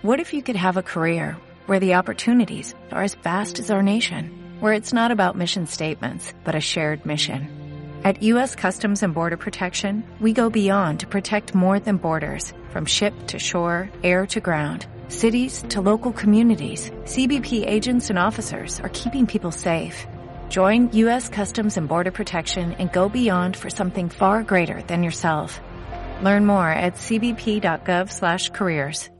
What if you could have a career where the opportunities are as vast as our nation, where it's not about mission statements, but a shared mission? At U.S. Customs and Border Protection, we go beyond to protect more than borders, from ship to shore, air to ground, cities to local communities. CBP agents and officers are keeping people safe. Join U.S. Customs and Border Protection and go beyond for something far greater than yourself. Learn more at cbp.gov/careers.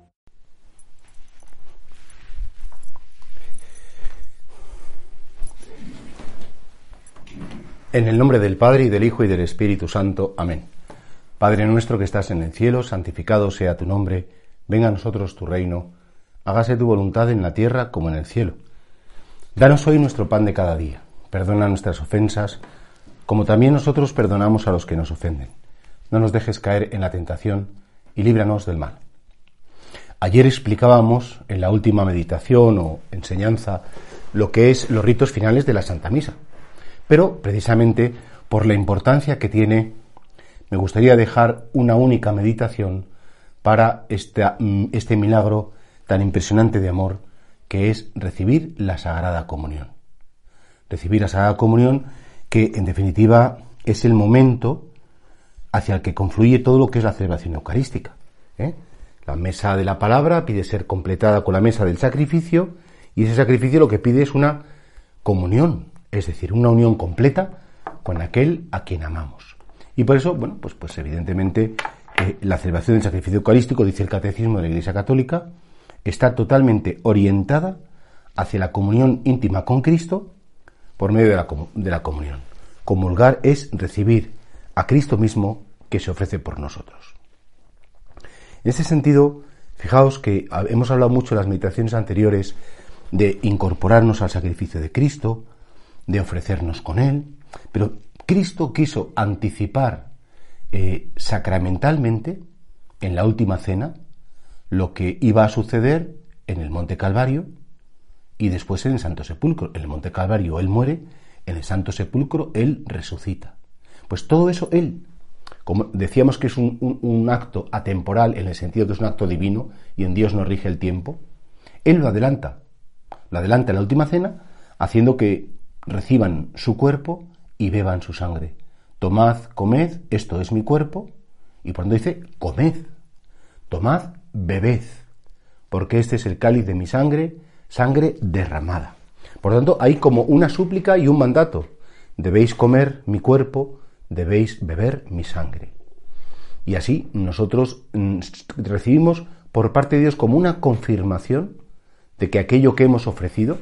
En el nombre del Padre, y del Hijo, y del Espíritu Santo. Amén. Padre nuestro que estás en el cielo, santificado sea tu nombre. Venga a nosotros tu reino. Hágase tu voluntad en la tierra como en el cielo. Danos hoy nuestro pan de cada día. Perdona nuestras ofensas, como también nosotros perdonamos a los que nos ofenden. No nos dejes caer en la tentación y líbranos del mal. Ayer explicábamos en la última meditación o enseñanza lo que es los ritos finales de la Santa Misa. Pero, precisamente, por la importancia que tiene, me gustaría dejar una única meditación para este milagro tan impresionante de amor que es recibir la Sagrada Comunión. Recibir la Sagrada Comunión, que en definitiva es el momento hacia el que confluye todo lo que es la celebración eucarística. La mesa de la palabra pide ser completada con la mesa del sacrificio, y ese sacrificio lo que pide es una comunión, es decir, una unión completa con aquel a quien amamos. Y por eso, bueno, pues evidentemente la celebración del sacrificio eucarístico, dice el Catecismo de la Iglesia Católica, está totalmente orientada hacia la comunión íntima con Cristo por medio de la comunión. Comulgar es recibir a Cristo mismo que se ofrece por nosotros. En ese sentido, fijaos que hemos hablado mucho en las meditaciones anteriores de incorporarnos al sacrificio de Cristo, de ofrecernos con Él, pero Cristo quiso anticipar sacramentalmente en la última cena lo que iba a suceder en el Monte Calvario y después en el Santo Sepulcro. En el Monte Calvario Él muere, en el Santo Sepulcro Él resucita. Pues todo eso Él, como decíamos que es un acto atemporal en el sentido que es un acto divino y en Dios no rige el tiempo, Él lo adelanta en la última cena, haciendo que reciban su cuerpo y beban su sangre. Tomad, comed, esto es mi cuerpo, y por tanto dice, comed, tomad, bebed, porque este es el cáliz de mi sangre, sangre derramada. Por tanto, hay como una súplica y un mandato. Debéis comer mi cuerpo, debéis beber mi sangre. Y así nosotros recibimos por parte de Dios como una confirmación de que aquello que hemos ofrecido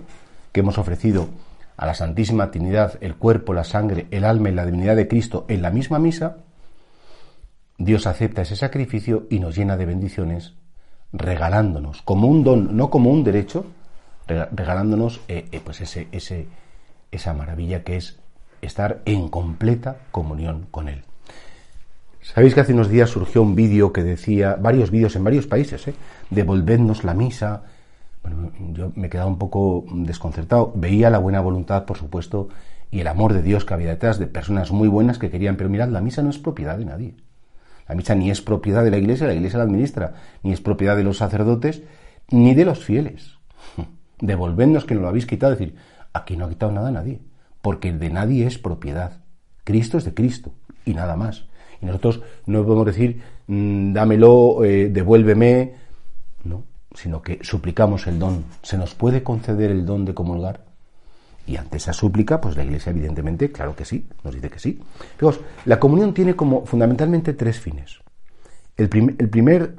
a la Santísima Trinidad, el cuerpo, la sangre, el alma y la divinidad de Cristo en la misma misa, Dios acepta ese sacrificio y nos llena de bendiciones, regalándonos como un don, no como un derecho, regalándonos esa maravilla que es estar en completa comunión con Él. Sabéis que hace unos días surgió un vídeo que decía, varios vídeos en varios países, devolvednos la misa. Bueno, yo me quedaba un poco desconcertado. Veía la buena voluntad, por supuesto, y el amor de Dios que había detrás, de personas muy buenas que querían, pero mirad, la misa no es propiedad de nadie. La misa ni es propiedad de la Iglesia la administra, ni es propiedad de los sacerdotes, ni de los fieles. Devolvednos que nos lo habéis quitado, es decir, aquí no ha quitado nada a nadie, porque de nadie es propiedad. Cristo es de Cristo, y nada más. Y nosotros no podemos decir, dámelo, devuélveme, no, sino que suplicamos el don. ¿Se nos puede conceder el don de comulgar? Y ante esa súplica, pues la Iglesia evidentemente, claro que sí, nos dice que sí. Fijaos, la comunión tiene como fundamentalmente tres fines. El primer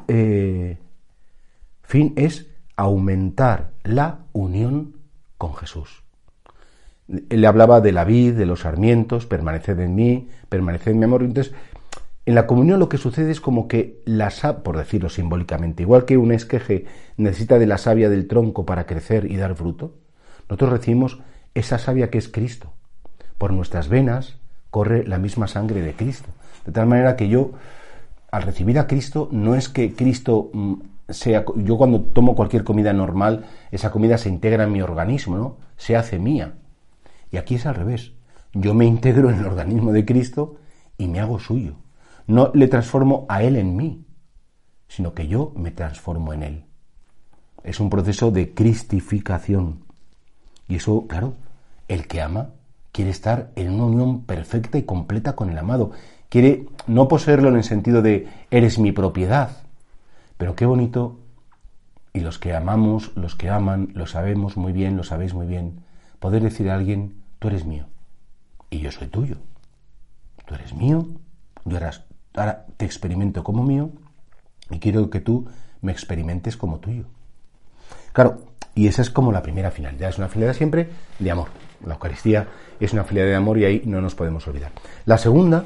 fin es aumentar la unión con Jesús. Él le hablaba de la vid, de los sarmientos, permaneced en mí, permaneced en mi amor. Entonces, en la comunión lo que sucede es como que por decirlo simbólicamente, igual que un esqueje necesita de la savia del tronco para crecer y dar fruto, nosotros recibimos esa savia que es Cristo. Por nuestras venas corre la misma sangre de Cristo. De tal manera que yo, al recibir a Cristo, no es que Cristo sea... Yo cuando tomo cualquier comida normal, esa comida se integra en mi organismo, ¿no? Se hace mía. Y aquí es al revés. Yo me integro en el organismo de Cristo y me hago suyo. No le transformo a Él en mí, sino que yo me transformo en Él. es un proceso de cristificación. Y eso, claro, el que ama quiere estar en una unión perfecta y completa con el amado. Quiere no poseerlo en el sentido de eres mi propiedad. Pero qué bonito, y los que amamos, los que aman, lo sabemos muy bien, lo sabéis muy bien, poder decir a alguien, tú eres mío y yo soy tuyo. Tú eres mío, yo ahora te experimento como mío y quiero que tú me experimentes como tuyo. Claro, y esa es como la primera finalidad, es una finalidad siempre de amor. La Eucaristía es una finalidad de amor y ahí no nos podemos olvidar. La segunda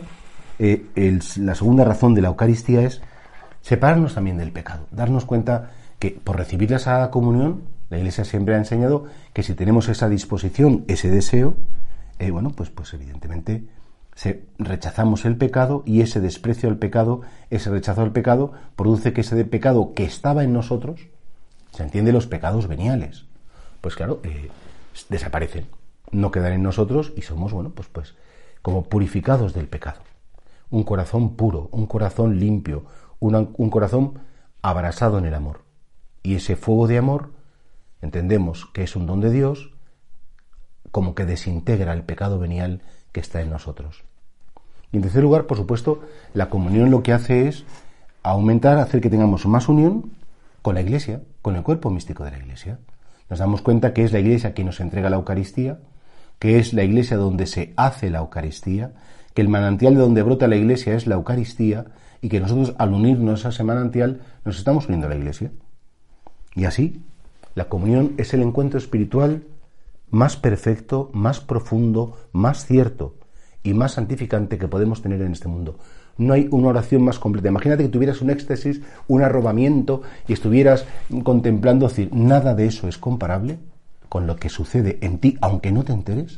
razón de la Eucaristía es separarnos también del pecado, darnos cuenta que por recibir la Sagrada Comunión, la Iglesia siempre ha enseñado que si tenemos esa disposición, ese deseo, pues evidentemente rechazamos el pecado y ese desprecio al pecado, ese rechazo al pecado, produce que ese pecado que estaba en nosotros, se entiende los pecados veniales, pues claro, desaparecen, no quedan en nosotros y somos, pues como purificados del pecado. Un corazón puro, un corazón limpio, un corazón abrasado en el amor. Y ese fuego de amor, entendemos que es un don de Dios, como que desintegra el pecado venial que está en nosotros. Y en tercer lugar, por supuesto, la comunión lo que hace es aumentar, hacer que tengamos más unión con la Iglesia, con el cuerpo místico de la Iglesia. Nos damos cuenta que es la Iglesia quien nos entrega la Eucaristía, que es la Iglesia donde se hace la Eucaristía, que el manantial de donde brota la Iglesia es la Eucaristía y que nosotros al unirnos a ese manantial nos estamos uniendo a la Iglesia. Y así, la comunión es el encuentro espiritual más perfecto, más profundo, más cierto y más santificante que podemos tener en este mundo. No hay una oración más completa. Imagínate que tuvieras un éxtasis, un arrobamiento y estuvieras contemplando, es decir, nada de eso es comparable con lo que sucede en ti, aunque no te enteres,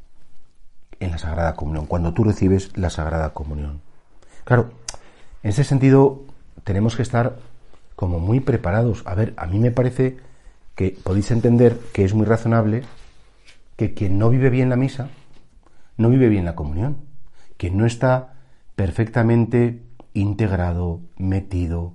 en la Sagrada Comunión, cuando tú recibes la Sagrada Comunión. Claro, en ese sentido tenemos que estar como muy preparados. A ver, a mí me parece que podéis entender que es muy razonable que quien no vive bien la misa, no vive bien la comunión. Quien no está perfectamente integrado, metido,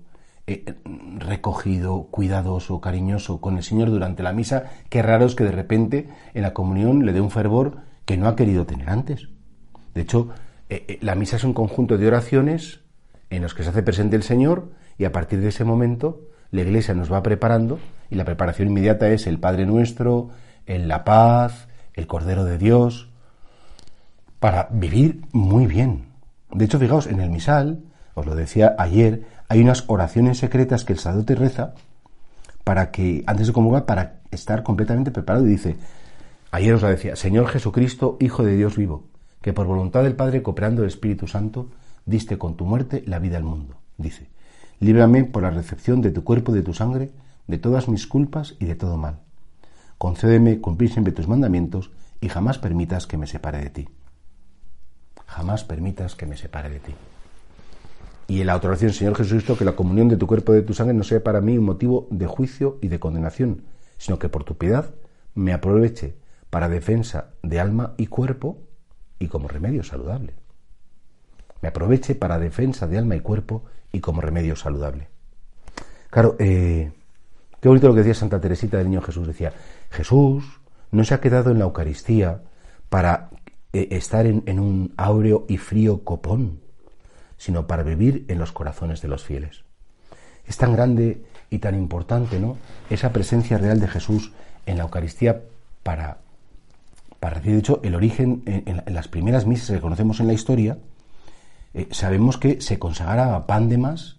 recogido, cuidadoso, cariñoso con el Señor durante la misa, qué raro es que de repente en la comunión le dé un fervor que no ha querido tener antes. De hecho, la misa es un conjunto de oraciones en los que se hace presente el Señor y a partir de ese momento la Iglesia nos va preparando y la preparación inmediata es el Padre Nuestro, la paz, el Cordero de Dios, para vivir muy bien. De hecho, fijaos, en el misal, os lo decía ayer, hay unas oraciones secretas que el sacerdote reza para que, antes de comulgar, para estar completamente preparado. Y dice, ayer os lo decía, Señor Jesucristo, Hijo de Dios vivo, que por voluntad del Padre, cooperando el Espíritu Santo, diste con tu muerte la vida al mundo. Dice, líbrame por la recepción de tu cuerpo y de tu sangre, de todas mis culpas y de todo mal. Concédeme cumplir siempre tus mandamientos y jamás permitas que me separe de ti. Jamás permitas que me separe de ti. Y en la otra oración, Señor Jesucristo, que la comunión de tu cuerpo y de tu sangre no sea para mí un motivo de juicio y de condenación, sino que por tu piedad me aproveche para defensa de alma y cuerpo y como remedio saludable. Me aproveche para defensa de alma y cuerpo y como remedio saludable. Claro, qué bonito lo que decía Santa Teresita del Niño Jesús. Decía, Jesús no se ha quedado en la Eucaristía para estar en un áureo y frío copón, sino para vivir en los corazones de los fieles. Es tan grande y tan importante, ¿no?, esa presencia real de Jesús en la Eucaristía para de hecho, el origen en las primeras misas que conocemos en la historia, sabemos que se consagraba pan de más,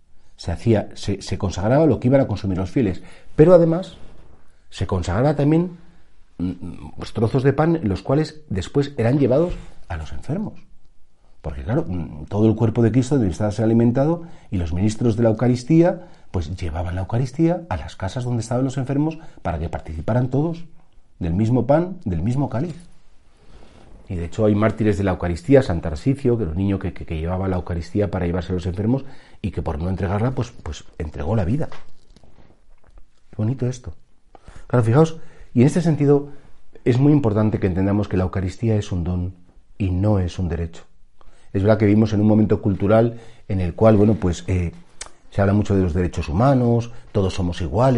se consagraba lo que iban a consumir los fieles, pero además se consagraba también trozos de pan, los cuales después eran llevados a los enfermos. Porque claro, todo el cuerpo de Cristo debe estar alimentado y los ministros de la Eucaristía pues llevaban la Eucaristía a las casas donde estaban los enfermos para que participaran todos del mismo pan, del mismo cáliz. Y de hecho hay mártires de la Eucaristía, San Tarsicio, que era un niño que llevaba la Eucaristía para llevarse a los enfermos y que por no entregarla pues entregó la vida. Qué bonito esto. Claro, fijaos, y en este sentido es muy importante que entendamos que la Eucaristía es un don y no es un derecho. Es verdad que vivimos en un momento cultural en el cual, Se habla mucho de los derechos humanos, todos somos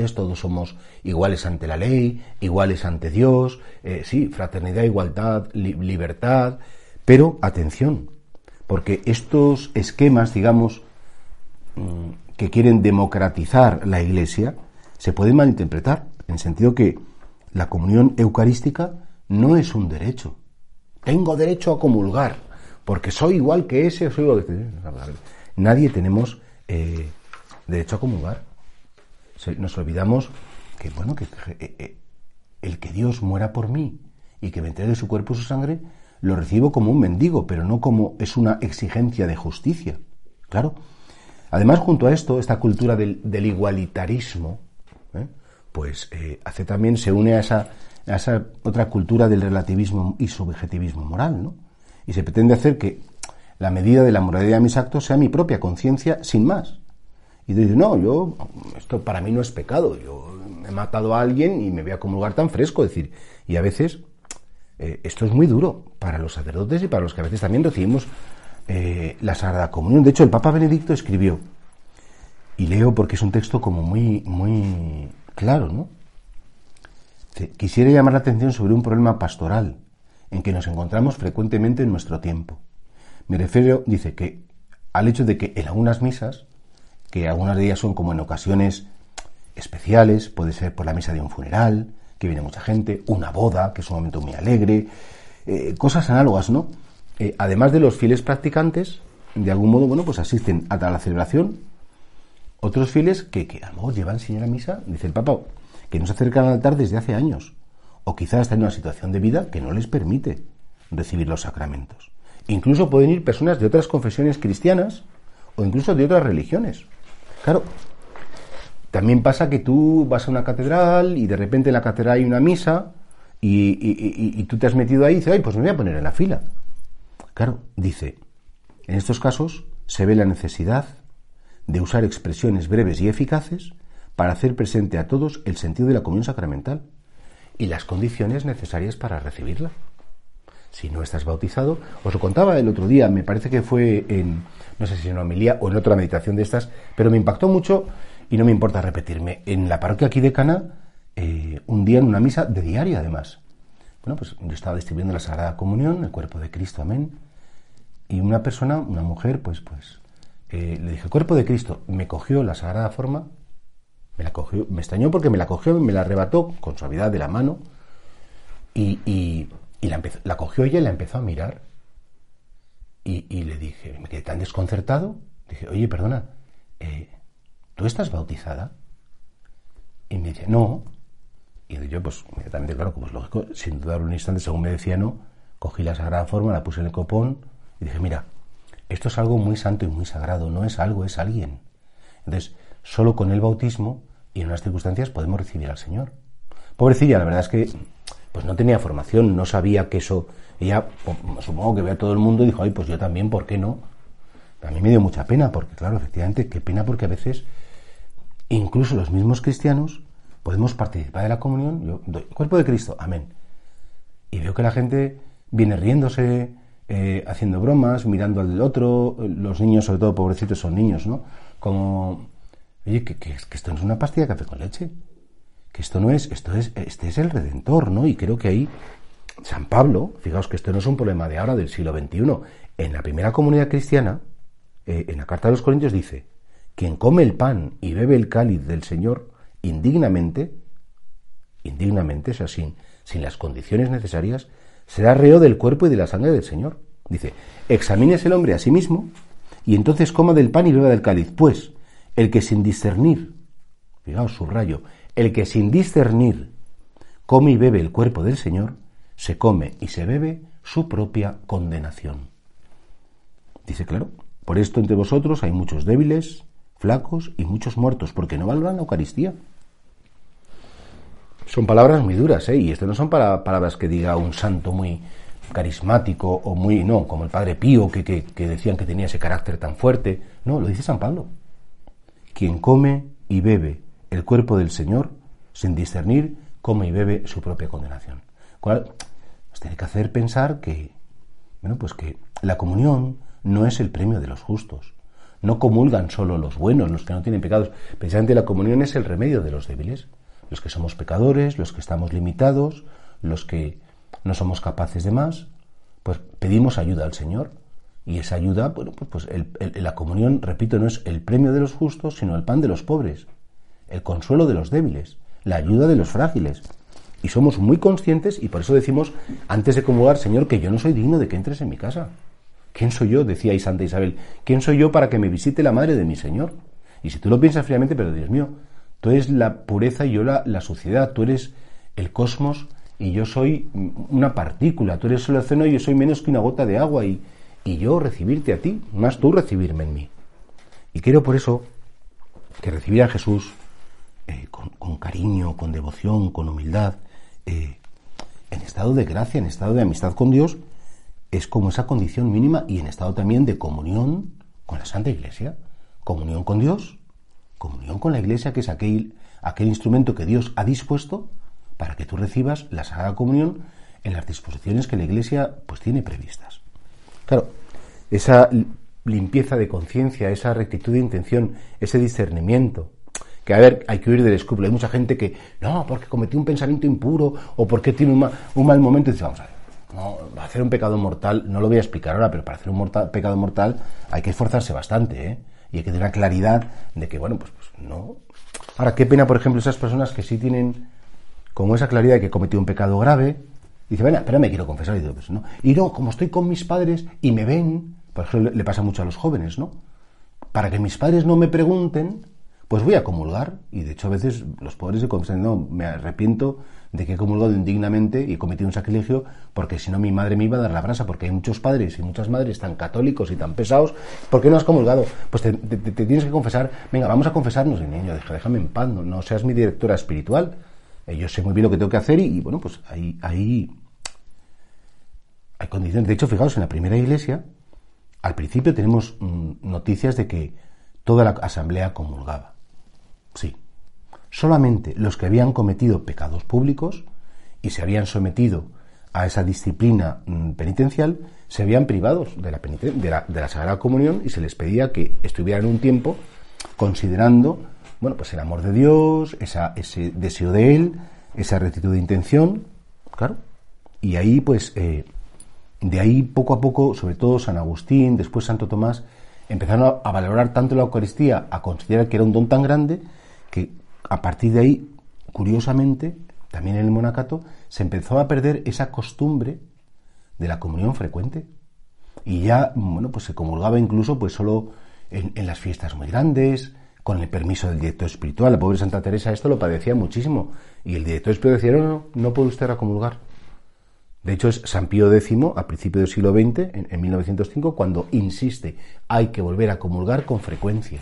iguales ante la ley, iguales ante Dios, sí, fraternidad, igualdad, libertad, pero atención, porque estos esquemas, digamos, que quieren democratizar la Iglesia, se pueden malinterpretar, en el sentido que la comunión eucarística no es un derecho. Tengo derecho a comulgar, porque soy igual que ese, o soy igual que este. Nadie tenemos derecho a comulgar. Nos olvidamos que, bueno, que el que Dios muera por mí y que me entregue su cuerpo y su sangre, lo recibo como un mendigo, pero no como es una exigencia de justicia. Claro. Además, junto a esto, esta cultura del igualitarismo, pues hace también, se une a esa otra cultura del relativismo y subjetivismo moral, ¿no? Y se pretende hacer que la medida de la moralidad de mis actos sea mi propia conciencia, sin más. Y dice, no, esto para mí no es pecado, yo he matado a alguien y me voy a comulgar tan fresco, es decir, y a veces esto es muy duro para los sacerdotes y para los que a veces también recibimos la Sagrada Comunión. De hecho, el Papa Benedicto escribió, y leo porque es un texto como muy, muy claro, ¿no? Quisiera llamar la atención sobre un problema pastoral en que nos encontramos frecuentemente en nuestro tiempo. Me refiero, dice, que al hecho de que en algunas misas, que algunas de ellas son como en ocasiones especiales, puede ser por la misa de un funeral, que viene mucha gente, una boda, que es un momento muy alegre, cosas análogas, ¿no? Además de los fieles practicantes, de algún modo, bueno, pues asisten a la celebración otros fieles que a lo mejor llevan sin ir a misa, dice el Papa, que no se acercan al altar desde hace años, o quizás están en una situación de vida que no les permite recibir los sacramentos. Incluso pueden ir personas de otras confesiones cristianas o incluso de otras religiones. Claro, también pasa que tú vas a una catedral y de repente en la catedral hay una misa y tú te has metido ahí y dices, ay, pues me voy a poner en la fila. Claro, dice, en estos casos se ve la necesidad de usar expresiones breves y eficaces para hacer presente a todos el sentido de la comunión sacramental y las condiciones necesarias para recibirla. Si no estás bautizado, os lo contaba el otro día, me parece que fue no sé si en una homilía o en otra meditación de estas, pero me impactó mucho y no me importa repetirme. En la parroquia aquí de Cana, un día en una misa de diario además. Bueno, pues yo estaba distribuyendo la Sagrada Comunión, el cuerpo de Cristo, amén. Y una persona, una mujer, le dije, el cuerpo de Cristo, me cogió la Sagrada Forma, me la cogió, me extrañó porque me la cogió, me la arrebató con suavidad de la mano y la cogió ella y la empezó a mirar. Y le dije, me quedé tan desconcertado, dije, oye, perdona, ¿tú estás bautizada? Y me dice, no. Y yo, pues, inmediatamente, claro, como es lógico, sin dudar un instante, según me decía no, cogí la Sagrada Forma, la puse en el copón y dije, mira, esto es algo muy santo y muy sagrado, no es algo, es alguien. Entonces, solo con el bautismo y en unas circunstancias podemos recibir al Señor. Pobrecilla, la verdad es que pues no tenía formación, no sabía que eso. Ella, supongo que ve a todo el mundo y dijo, ay, pues yo también, ¿por qué no? A mí me dio mucha pena, porque claro, efectivamente, qué pena, porque a veces, incluso los mismos cristianos, podemos participar de la comunión. Yo doy el cuerpo de Cristo, amén. Y veo que la gente viene riéndose, haciendo bromas, mirando al otro, los niños, sobre todo, pobrecitos, son niños, ¿no? Como, oye, que esto no es una pastilla de café con leche, que este es el Redentor, ¿no? Y creo que ahí San Pablo, fijaos que esto no es un problema de ahora, del siglo XXI, en la primera comunidad cristiana, en la carta de los Corintios dice, quien come el pan y bebe el cáliz del Señor indignamente, o sea, sin las condiciones necesarias, será reo del cuerpo y de la sangre del Señor. Dice, examínese el hombre a sí mismo y entonces coma del pan y beba del cáliz, pues el que sin discernir, fijaos, subrayo, el que sin discernir come y bebe el cuerpo del Señor, se come y se bebe su propia condenación. Dice, claro, por esto entre vosotros hay muchos débiles, flacos y muchos muertos, porque no valoran la Eucaristía. Son palabras muy duras, y esto no son palabras que diga un santo muy carismático o muy, no, como el Padre Pío, que decían que tenía ese carácter tan fuerte. No, lo dice San Pablo. Quien come y bebe el cuerpo del Señor, sin discernir, come y bebe su propia condenación. Cual nos tiene que hacer pensar que, bueno, pues que la comunión no es el premio de los justos, No comulgan solo los buenos, los que no tienen pecados. Precisamente la comunión es el remedio de los débiles. Los que somos pecadores, los que estamos limitados, los que no somos capaces de más, pues pedimos ayuda al Señor. Y esa ayuda, bueno, pues la comunión, repito, no es el premio de los justos, sino el pan de los pobres, el consuelo de los débiles, la ayuda de los frágiles. Y somos muy conscientes, y por eso decimos, antes de comulgar, Señor, que yo no soy digno de que entres en mi casa. ¿Quién soy yo? Decía Santa Isabel. ¿Quién soy yo para que me visite la madre de mi Señor? Y si tú lo piensas fríamente, pero Dios mío, tú eres la pureza y yo la suciedad, tú eres el cosmos y yo soy una partícula, tú eres el océano y yo soy menos que una gota de agua, y yo recibirte a ti, más tú recibirme en mí. Y quiero por eso que recibir a Jesús con cariño, con devoción, con humildad, en estado de gracia, en estado de amistad con Dios, es como esa condición mínima, y en estado también de comunión con la Santa Iglesia, comunión con Dios, comunión con la Iglesia, que es aquel instrumento que Dios ha dispuesto para que tú recibas la Sagrada Comunión en las disposiciones que la Iglesia pues tiene previstas. Claro, esa limpieza de conciencia, esa rectitud de intención, ese discernimiento, que a ver, hay que huir del escrúpulo. Hay mucha gente que, no, porque cometí un pensamiento impuro, o porque tiene un mal momento, y dice, vamos a ver, no, hacer un pecado mortal, no lo voy a explicar ahora, pero para hacer un pecado mortal hay que esforzarse bastante, ¿eh? Y hay que tener una claridad de que, bueno, pues no. Ahora, qué pena, por ejemplo, esas personas que sí tienen como esa claridad de que cometió un pecado grave, dice, bueno, pero me quiero confesar, y digo, pues no. Y no, como estoy con mis padres y me ven, por ejemplo, le pasa mucho a los jóvenes, ¿no? Para que mis padres no me pregunten, pues voy a comulgar. Y de hecho a veces los pobres se confiesan, no, me arrepiento de que he comulgado indignamente y he cometido un sacrilegio, porque si no mi madre me iba a dar la brasa, porque hay muchos padres y muchas madres tan católicos y tan pesados. ¿Por qué no has comulgado? Pues te tienes que confesar. Venga, vamos a confesarnos. Y niño, déjame en paz, no seas mi directora espiritual. Yo sé muy bien lo que tengo que hacer, y bueno, pues ahí hay condiciones. De hecho, fijaos, en la primera iglesia, al principio tenemos noticias de que toda la asamblea comulgaba. Sí. Solamente los que habían cometido pecados públicos y se habían sometido a esa disciplina penitencial se habían privados de la Sagrada Comunión, y se les pedía que estuvieran un tiempo considerando, bueno, pues el amor de Dios, ese deseo de Él, esa rectitud de intención, claro. Y ahí, pues, de ahí poco a poco, sobre todo San Agustín, después Santo Tomás, empezaron a valorar tanto la Eucaristía, a considerar que era un don tan grande, que a partir de ahí, curiosamente, también en el monacato, se empezó a perder esa costumbre de la comunión frecuente. Y ya, bueno, pues se comulgaba incluso pues solo en las fiestas muy grandes, con el permiso del director espiritual. La pobre Santa Teresa esto lo padecía muchísimo. Y el director espiritual decía, no puede usted comulgar. De hecho, es San Pío X, a principios del siglo XX, en 1905, cuando insiste, hay que volver a comulgar con frecuencia.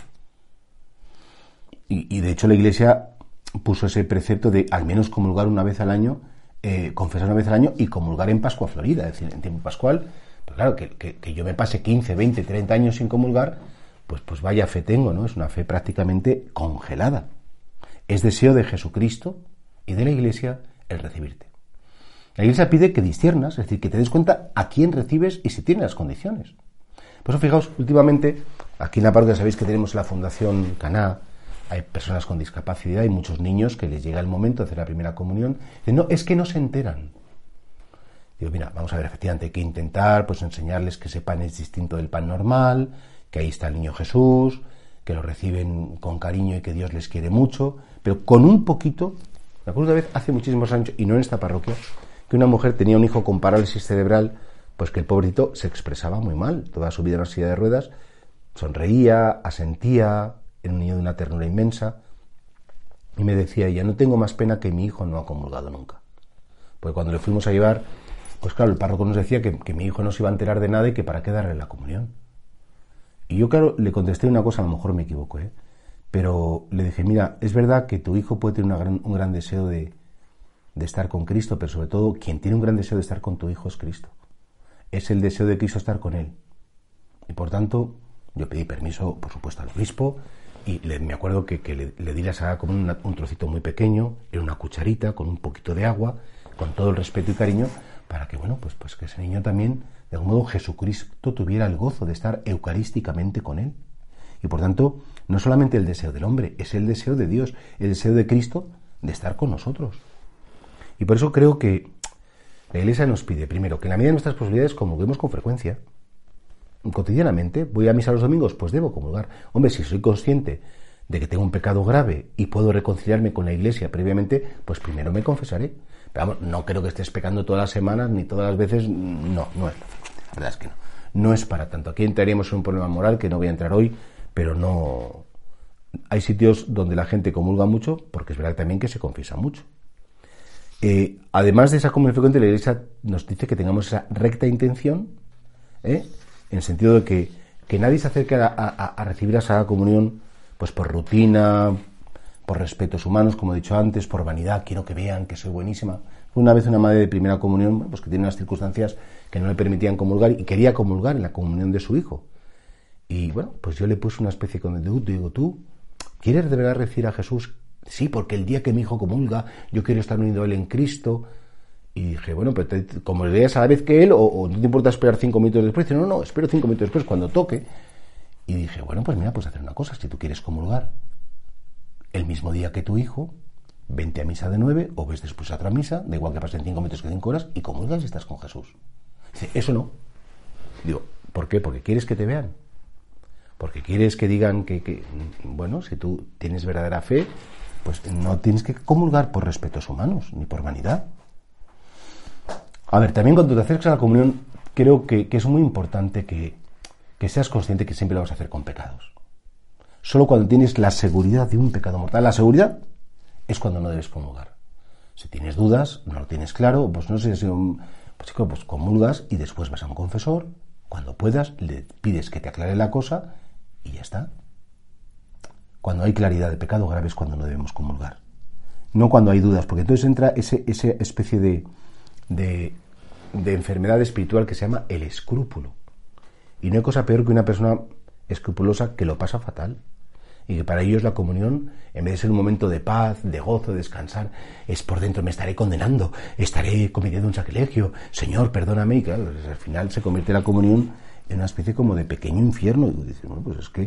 Y de hecho la Iglesia puso ese precepto de al menos comulgar una vez al año, confesar una vez al año, y comulgar en Pascua Florida, es decir, en tiempo pascual. Pues claro, que yo me pase 15, 20, 30 años sin comulgar, pues vaya fe tengo, ¿no? Es una fe prácticamente congelada. Es deseo de Jesucristo y de la Iglesia el recibirte. La Iglesia pide que disciernas, es decir, que te des cuenta a quién recibes y si tiene las condiciones. Por eso, fijaos, últimamente, aquí en la parroquia sabéis que tenemos la Fundación Caná. Hay personas con discapacidad, hay muchos niños que les llega el momento de hacer la primera comunión. Dicen, no, es que no se enteran. Digo, mira, vamos a ver, efectivamente hay que intentar pues enseñarles que ese pan es distinto del pan normal, que ahí está el niño Jesús, que lo reciben con cariño y que Dios les quiere mucho, pero con un poquito. Me acuerdo una vez, hace muchísimos años, y no en esta parroquia, que una mujer tenía un hijo con parálisis cerebral, pues que el pobrecito se expresaba muy mal, toda su vida en una silla de ruedas, sonreía, asentía, era un niño de una ternura inmensa, y me decía ella, no tengo más pena que mi hijo no ha comulgado nunca. Pues cuando le fuimos a llevar, pues claro, el párroco nos decía que mi hijo no se iba a enterar de nada y que para qué darle la comunión. Y yo, claro, le contesté una cosa, a lo mejor me equivoco, pero le dije, mira, es verdad que tu hijo puede tener un gran deseo de estar con Cristo, pero sobre todo quien tiene un gran deseo de estar con tu hijo es Cristo. Es el deseo de Cristo estar con él. Y por tanto, yo pedí permiso, por supuesto, al obispo, y me acuerdo que le di la Sagrada Comunión, un trocito muy pequeño, en una cucharita, con un poquito de agua, con todo el respeto y cariño, para que, bueno, pues que ese niño también, de algún modo, Jesucristo tuviera el gozo de estar eucarísticamente con él. Y por tanto, no solamente el deseo del hombre, es el deseo de Dios, el deseo de Cristo de estar con nosotros. Y por eso creo que la Iglesia nos pide, primero, que en la medida de nuestras posibilidades comulguemos con frecuencia. Cotidianamente, ¿voy a misa los domingos? Pues debo comulgar. Hombre, si soy consciente de que tengo un pecado grave y puedo reconciliarme con la Iglesia previamente, pues primero me confesaré. Pero vamos, no creo que estés pecando todas las semanas ni todas las veces. No es la verdad es que no. No es para tanto. Aquí entraríamos en un problema moral que no voy a entrar hoy, pero no. Hay sitios donde la gente comulga mucho, porque es verdad también que se confiesa mucho. Además de esa comunión frecuente, la Iglesia nos dice que tengamos esa recta intención, en el sentido de que nadie se acerque a recibir la Sagrada Comunión pues por rutina, por respetos humanos, como he dicho antes, por vanidad, quiero que vean que soy buenísima. Fue una vez una madre de primera comunión, pues que tiene unas circunstancias que no le permitían comulgar y quería comulgar en la comunión de su hijo. Y bueno, pues yo le puse una especie de digo, ¿tú quieres de verdad recibir a Jesús? Sí, porque el día que mi hijo comulga, yo quiero estar unido a él en Cristo. Y dije, bueno, pero como le veas a la vez que él, o no te importa esperar 5 minutos después. Dice, no, espero 5 minutos después, cuando toque. Y dije, bueno, pues mira, pues hacer una cosa, si tú quieres comulgar el mismo día que tu hijo, vente a misa de 9 o ves después a otra misa, da igual que pasen 5 minutos que 5 horas, y comulgas y estás con Jesús. Dice, eso no. Digo, ¿por qué? Porque quieres que te vean. Porque quieres que digan bueno, si tú tienes verdadera fe, pues no tienes que comulgar por respetos humanos, ni por vanidad. A ver, también cuando te acercas a la comunión, creo que es muy importante que seas consciente que siempre lo vas a hacer con pecados. Solo cuando tienes la seguridad de un pecado mortal, la seguridad es cuando no debes comulgar. Si tienes dudas, no lo tienes claro, pues no sé si pues comulgas y después vas a un confesor, cuando puedas, le pides que te aclare la cosa y ya está. Cuando hay claridad de pecado grave es cuando no debemos comulgar. No cuando hay dudas, porque entonces entra esa especie de enfermedad espiritual que se llama el escrúpulo. Y no hay cosa peor que una persona escrupulosa que lo pasa fatal. Y que para ellos la comunión, en vez de ser un momento de paz, de gozo, de descansar, es por dentro, me estaré condenando, estaré cometiendo un sacrilegio, Señor, perdóname. Y claro, al final se convierte la comunión en una especie como de pequeño infierno. Y dices, bueno, pues es que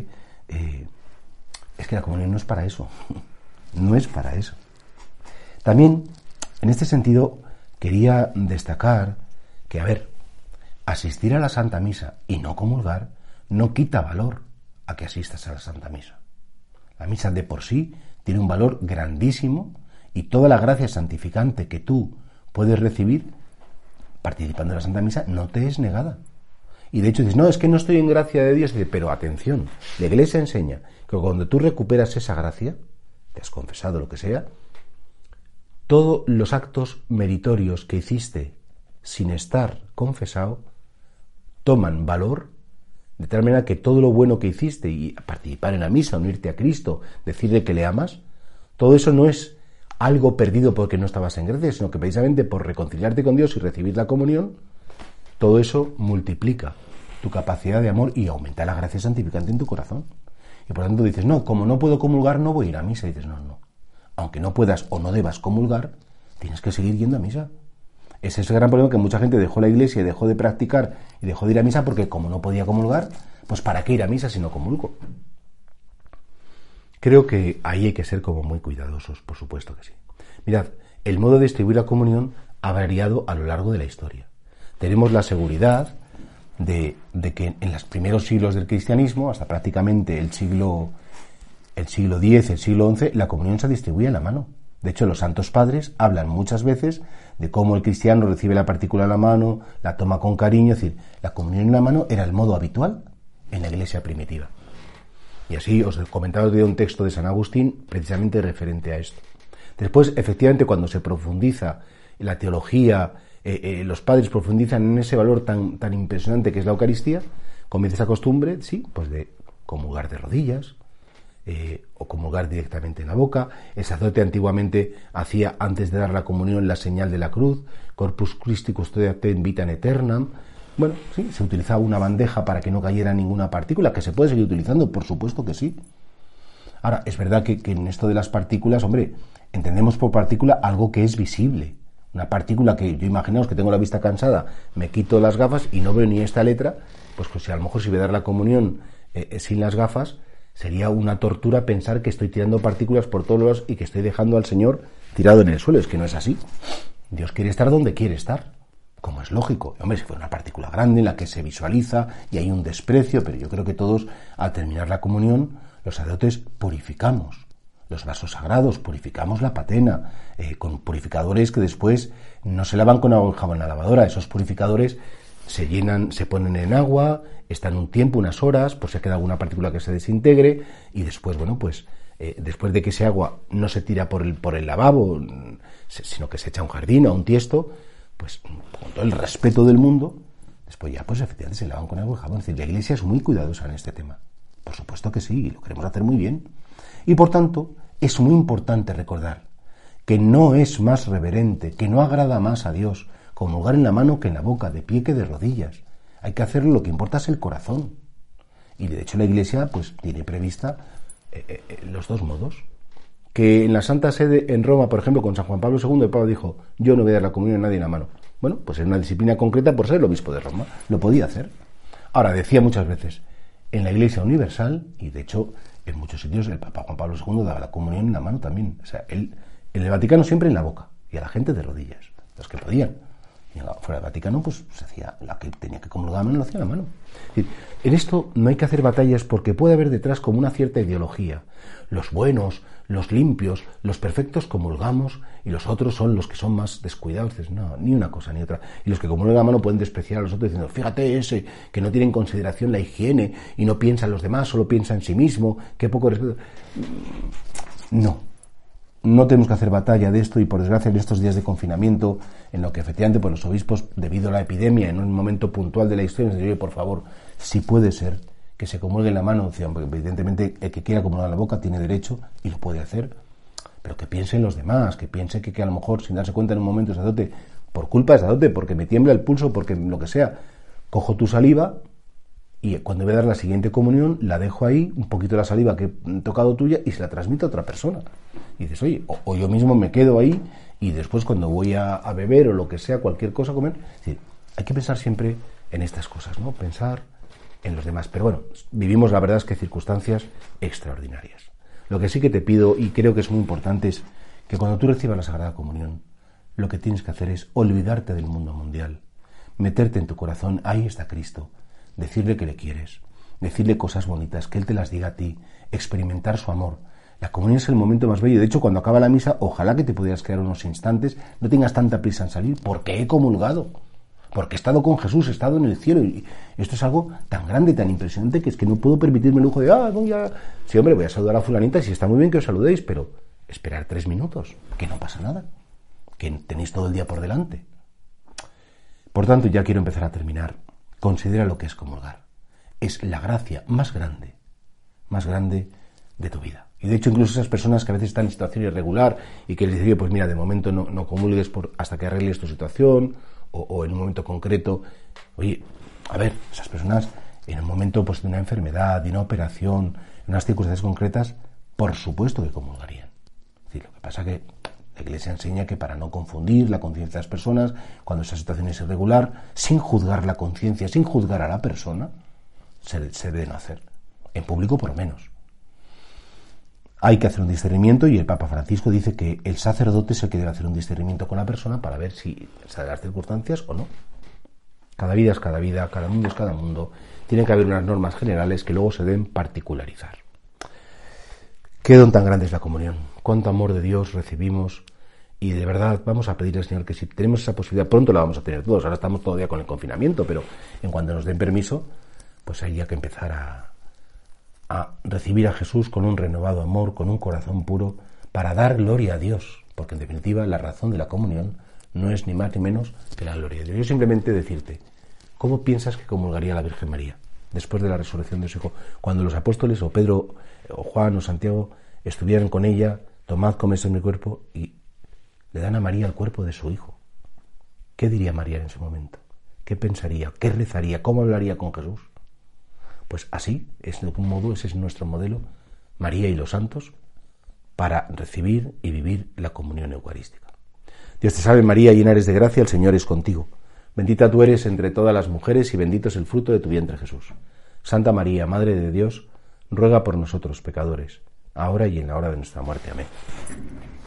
la comunión no es para eso. No es para eso. También, en este sentido, quería destacar que, a ver, asistir a la Santa Misa y no comulgar no quita valor a que asistas a la Santa Misa. La misa de por sí tiene un valor grandísimo y toda la gracia santificante que tú puedes recibir participando en la Santa Misa no te es negada. Y de hecho dices, no, es que no estoy en gracia de Dios. Pero atención, la Iglesia enseña que cuando tú recuperas esa gracia, te has confesado lo que sea, todos los actos meritorios que hiciste sin estar confesado toman valor, de tal manera que todo lo bueno que hiciste, y participar en la misa, unirte a Cristo, decirle que le amas, todo eso no es algo perdido porque no estabas en gracia, sino que precisamente por reconciliarte con Dios y recibir la comunión, todo eso multiplica tu capacidad de amor y aumenta la gracia santificante en tu corazón. Y por lo tanto dices, no, como no puedo comulgar, no voy a ir a misa. Y dices, no. Aunque no puedas o no debas comulgar, tienes que seguir yendo a misa. Ese es el gran problema, que mucha gente dejó la Iglesia y dejó de practicar y dejó de ir a misa porque como no podía comulgar, pues ¿para qué ir a misa si no comulgo? Creo que ahí hay que ser como muy cuidadosos, por supuesto que sí. Mirad, el modo de distribuir la comunión ha variado a lo largo de la historia. Tenemos la seguridad de que en los primeros siglos del cristianismo, hasta prácticamente el siglo X, el siglo XI, la comunión se distribuía en la mano. De hecho, los santos padres hablan muchas veces de cómo el cristiano recibe la partícula en la mano, la toma con cariño. Es decir, la comunión en la mano era el modo habitual en la Iglesia primitiva. Y así os comentaba de un texto de San Agustín precisamente referente a esto. Después, efectivamente, cuando se profundiza en la teología, los padres profundizan en ese valor tan impresionante que es la Eucaristía, comienza esa costumbre, sí, pues de comulgar de rodillas, o comulgar directamente en la boca. El sacerdote antiguamente hacía, antes de dar la comunión, la señal de la cruz, Corpus Christi custodiat te in vitam aeternam. Bueno, sí, se utilizaba una bandeja para que no cayera ninguna partícula, que se puede seguir utilizando, por supuesto que sí. Ahora, es verdad que en esto de las partículas, hombre, entendemos por partícula algo que es visible. Una partícula que yo, imaginaos que tengo la vista cansada, me quito las gafas y no veo ni esta letra, pues si a lo mejor si voy a dar la comunión sin las gafas, Sería una tortura pensar que estoy tirando partículas por todos lados y que estoy dejando al Señor tirado en el suelo. Es que no es así. Dios quiere estar donde quiere estar, como es lógico. Y, hombre, si fuera una partícula grande en la que se visualiza y hay un desprecio, pero yo creo que todos, al terminar la comunión, los sacerdotes purificamos los vasos sagrados, purificamos la patena, con purificadores que después no se lavan con agua y jabón en la lavadora. Esos purificadores se llenan, se ponen en agua, están un tiempo, unas horas, por si queda alguna partícula que se desintegre, y después, bueno, pues después de que ese agua no se tira por el lavabo, sino que se echa a un jardín o a un tiesto, pues con todo el respeto del mundo, después ya pues efectivamente se lavan con agua y jabón. Es decir, la Iglesia es muy cuidadosa en este tema. Por supuesto que sí, y lo queremos hacer muy bien. Y por tanto, es muy importante recordar que no es más reverente, que no agrada más a Dios comulgar en la mano que en la boca, de pie que de rodillas. Hay que hacerlo, lo que importa es el corazón. Y de hecho la Iglesia pues tiene prevista los dos modos. Que en la Santa Sede en Roma, por ejemplo, con San Juan Pablo II, el Papa dijo: yo no voy a dar la comunión a nadie en la mano. Bueno, pues es una disciplina concreta por ser el obispo de Roma. Lo podía hacer. Ahora, decía muchas veces, en la Iglesia universal, y de hecho en muchos sitios el Papa Juan Pablo II daba la comunión en la mano también. O sea, él, en el Vaticano siempre en la boca, y a la gente de rodillas, los que podían. Y fuera del Vaticano, pues se hacía, la que tenía que comulgar a mano, lo hacía a la mano. Es decir, en esto no hay que hacer batallas, porque puede haber detrás como una cierta ideología. Los buenos, los limpios, los perfectos comulgamos, y los otros son los que son más descuidados. Dices, no, ni una cosa ni otra. Y los que comulgan a mano pueden despreciar a los otros diciendo: fíjate ese, que no tiene en consideración la higiene y no piensa en los demás, solo piensa en sí mismo, qué poco respeto. No tenemos que hacer batalla de esto, y por desgracia en estos días de confinamiento, en lo que efectivamente pues los obispos, debido a la epidemia, en un momento puntual de la historia, nos dicen: oye, por favor, si puede ser que se comulgue en la mano, porque evidentemente el que quiera comulgar en la boca tiene derecho y lo puede hacer, pero que piense en los demás, que piense que a lo mejor, sin darse cuenta en un momento, sacerdote, por culpa de sacerdote, porque me tiembla el pulso, porque lo que sea, cojo tu saliva y cuando voy a dar la siguiente comunión la dejo ahí, un poquito de la saliva que he tocado tuya, y se la transmito a otra persona. Y dices: oye, o yo mismo me quedo ahí, y después cuando voy a beber o lo que sea, cualquier cosa, comer. Es decir, hay que pensar siempre en estas cosas, ¿no? Pensar en los demás. Pero bueno, vivimos, la verdad es que circunstancias extraordinarias. Lo que sí que te pido, y creo que es muy importante, es que cuando tú recibas la Sagrada Comunión, lo que tienes que hacer es olvidarte del mundo mundial, meterte en tu corazón, ahí está Cristo, decirle que le quieres, decirle cosas bonitas, que Él te las diga a ti, experimentar su amor. La comunión es el momento más bello. De hecho, cuando acaba la misa, ojalá que te pudieras quedar unos instantes, no tengas tanta prisa en salir, porque he comulgado, porque he estado con Jesús, he estado en el cielo, y esto es algo tan grande, tan impresionante, que es que no puedo permitirme el lujo de: voy a... Sí, hombre, voy a saludar a fulanita, si está muy bien que os saludéis, pero esperar 3 minutos, que no pasa nada, que tenéis todo el día por delante. Por tanto, ya quiero empezar a terminar. Considera lo que es comulgar. Es la gracia más grande de tu vida. Y de hecho, incluso esas personas que a veces están en situación irregular y que les dicen: pues mira, de momento no comulgues hasta que arregles tu situación, o en un momento concreto. Oye, a ver, esas personas en un momento pues de una enfermedad, de una operación, en unas circunstancias concretas, por supuesto que comulgarían. Es decir, lo que pasa que la Iglesia enseña que para no confundir la conciencia de las personas, cuando esa situación es irregular, sin juzgar la conciencia, sin juzgar a la persona, se debe no hacer. En público, por lo menos. Hay que hacer un discernimiento, y el Papa Francisco dice que el sacerdote es el que debe hacer un discernimiento con la persona para ver si se da las circunstancias o no. Cada vida es cada vida, cada mundo es cada mundo. Tiene que haber unas normas generales que luego se deben particularizar. Qué don tan grande es la comunión. Cuánto amor de Dios recibimos, y de verdad vamos a pedirle al Señor que si tenemos esa posibilidad, pronto la vamos a tener todos. Ahora estamos todavía con el confinamiento, pero en cuanto nos den permiso, pues hay ya que empezar a recibir a Jesús con un renovado amor, con un corazón puro, para dar gloria a Dios, porque en definitiva la razón de la comunión no es ni más ni menos que la gloria de Dios. Yo simplemente decirte, ¿cómo piensas que comulgaría la Virgen María después de la resurrección de su Hijo? Cuando los apóstoles, o Pedro, o Juan, o Santiago, estuvieran con ella: tomad, comed mi cuerpo, y le dan a María el cuerpo de su Hijo. ¿Qué diría María en ese momento? ¿Qué pensaría? ¿Qué rezaría? ¿Cómo hablaría con Jesús? Pues así, es de algún modo, ese es nuestro modelo, María y los santos, para recibir y vivir la comunión eucarística. Dios te salve María, llena eres de gracia, el Señor es contigo. Bendita tú eres entre todas las mujeres, y bendito es el fruto de tu vientre Jesús. Santa María, Madre de Dios, ruega por nosotros pecadores, ahora y en la hora de nuestra muerte. Amén.